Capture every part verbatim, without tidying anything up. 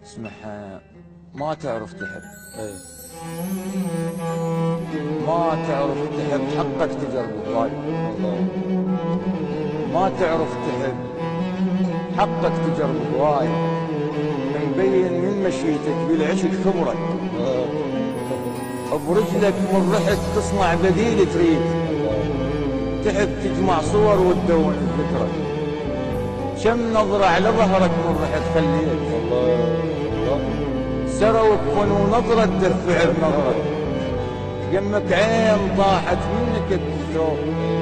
اسمها ما تعرف تحب. ايه ما تعرف تحب حقك تجرب هواي. الله. ما تعرف تحب حقك تجرب هواي. مبين من مشيتك بالعشق خبرك. آه. برجلك من رحت تصنع بديل تريد. تحب تجمع صور وتدون الذكرى. كم نظرة على ظهرك من رحت خليت. الله الله. سروا بفنون نظرة تدفع بنظرة. يمك عين طاحت منك الثوب.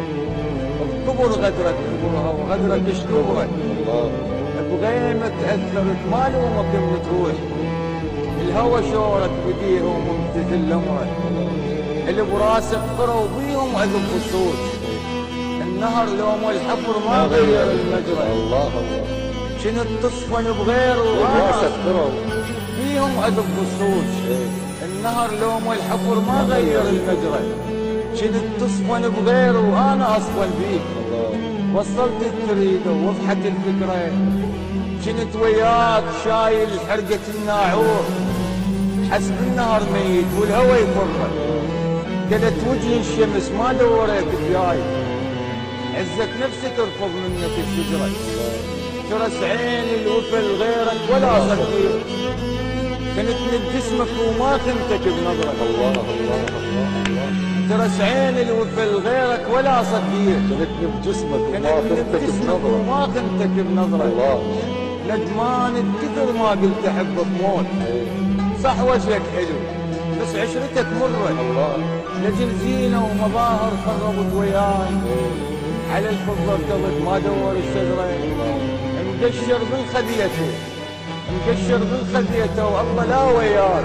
بكبر غدرك كبرها وغدرك شكورك. الله. بغيمك تأثرت ما لومك من تروح. الهوى شورك بديه وممتثل لمرك. اللي براسك قروا بيهم اذب الصوت. النهر لوم الحفر ما غير المجرى. الله الله. كنت تصفن بغير براسك قروا بيهم اذب الصوت. النهر لوم الحفر ما غير المجرى. كنت تصفن بغير وانا اصفن بيك. وصلت التريده وضحت الفكره. كنت وياك شايل حرقة الناعور. حسب النهر ميت والهوى يفرك. قلت وجه الشمس ما دوريت بجاي. عزت نفسك ترفض منك الشجرة. ترس عين الوفا لغيرك ولا صديق. كنت من جسمك وما خنتك بنظرك. الله الله الله الله. ترس عين الوفا لغيرك ولا صديق. كنتني بجسمك كنت وما من خنتك جسمك بنظرك. وما خنتك بنظرك. الله. ندمان الكثر ما قلت احبك موت. صح وجهك حلو بس عشرتك مرة. الله. لجل زينة ومظاهر خربت وياي. على الفضة ارتضت ما دور الشجرة. مقشر بالخذيته مقشر بالخذيته والله لا وياك.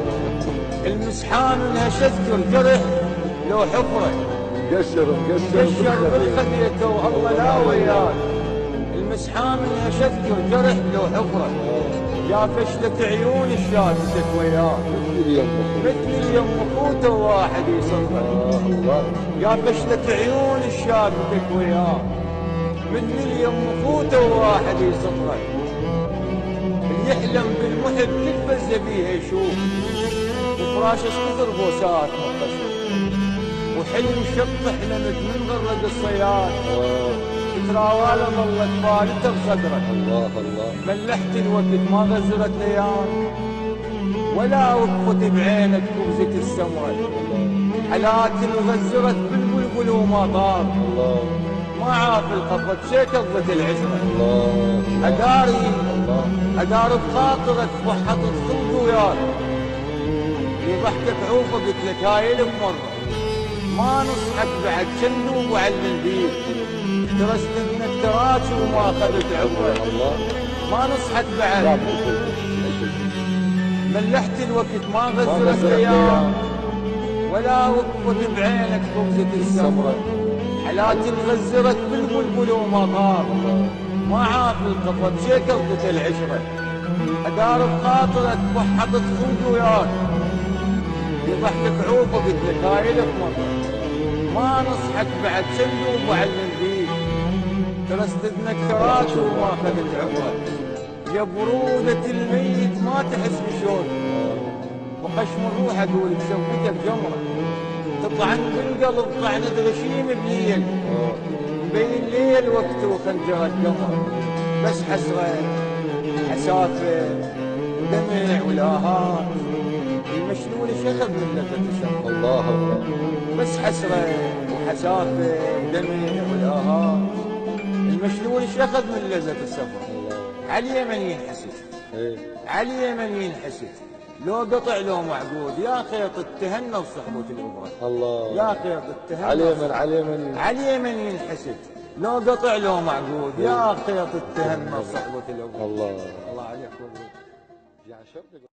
المسحان انها شذكر جرح لو حفرة. مقشر مقشر مقشر بالخذيته والله لا وياك. المسحان انها شذكر جرح لو حفرة. يا فشلة عيون الشافتك وياك. مثل اليم اخوته واحد يصدق. الله. يا فشلة عيون الشافتك وياك. مثل اليم اخوته واحد يصدق. اللي يحلم بالمحب كتف الزبيه يشوف. وفراش كثر بوسات متصل. وحلم شط حلمت من غرق الصياد. تراواله ظلت بالته بصدرك. الله الله. ملحت الوقت ما غزرت ليام. ولا وقفت بعينك كوزة السمرة. حالات غزرت بالبلبل وما طار. الله. ما عاف القبض شي كضت العشرة. الله. أداري الله. أدار بخاطرك وحطت خلق وياك. اللي ضحكك عوفه قلت لك هاي لك مرة. ما نصحك بعد شنوب وعلى البيت. درست انك تراجع وما اخذت عبره. الله. ما نصحك بعد. ملحت الوقت ما غزرت ايام. ولا وقفت بعينك خبزة السمرة. حالات غزرت بالبلبل وما طار. ما عاف القفط شي كضت العشرة. ادار بخاطرك وحطت خلق وياك. يضحكك عوفه قلت لك هاي لك مرة. ما نصحك بعد شنوب وعلم بيك. درست اذنك تراجع وما اخذت عبره. يا برودة الميت ما تحس بشوق. وخشم الروح اقول بسويتك جمره. تطعن بالقلب طعنة غشيم بليل. بين الليل وقت وخنجر القمر. بس حسرة حسافة ودمع ولاهات. المشلول شخذ من لذة السفر. الله الله. بس حسرة وحسافة ودمع ولاهات. المشلول شخذ من لذة السفر. على اليمن ينحسد. على اليمن ينحسد. لو قطع لو معقود. يا خيط التهنى بصحبة الإبرة. الله. يا خيط التهنى. على اليمن على اليمن على اليمن ينحسد. لو قطع لو معقود. يا خيط التهنى بصحبة الإبرة. الله. الله عليك.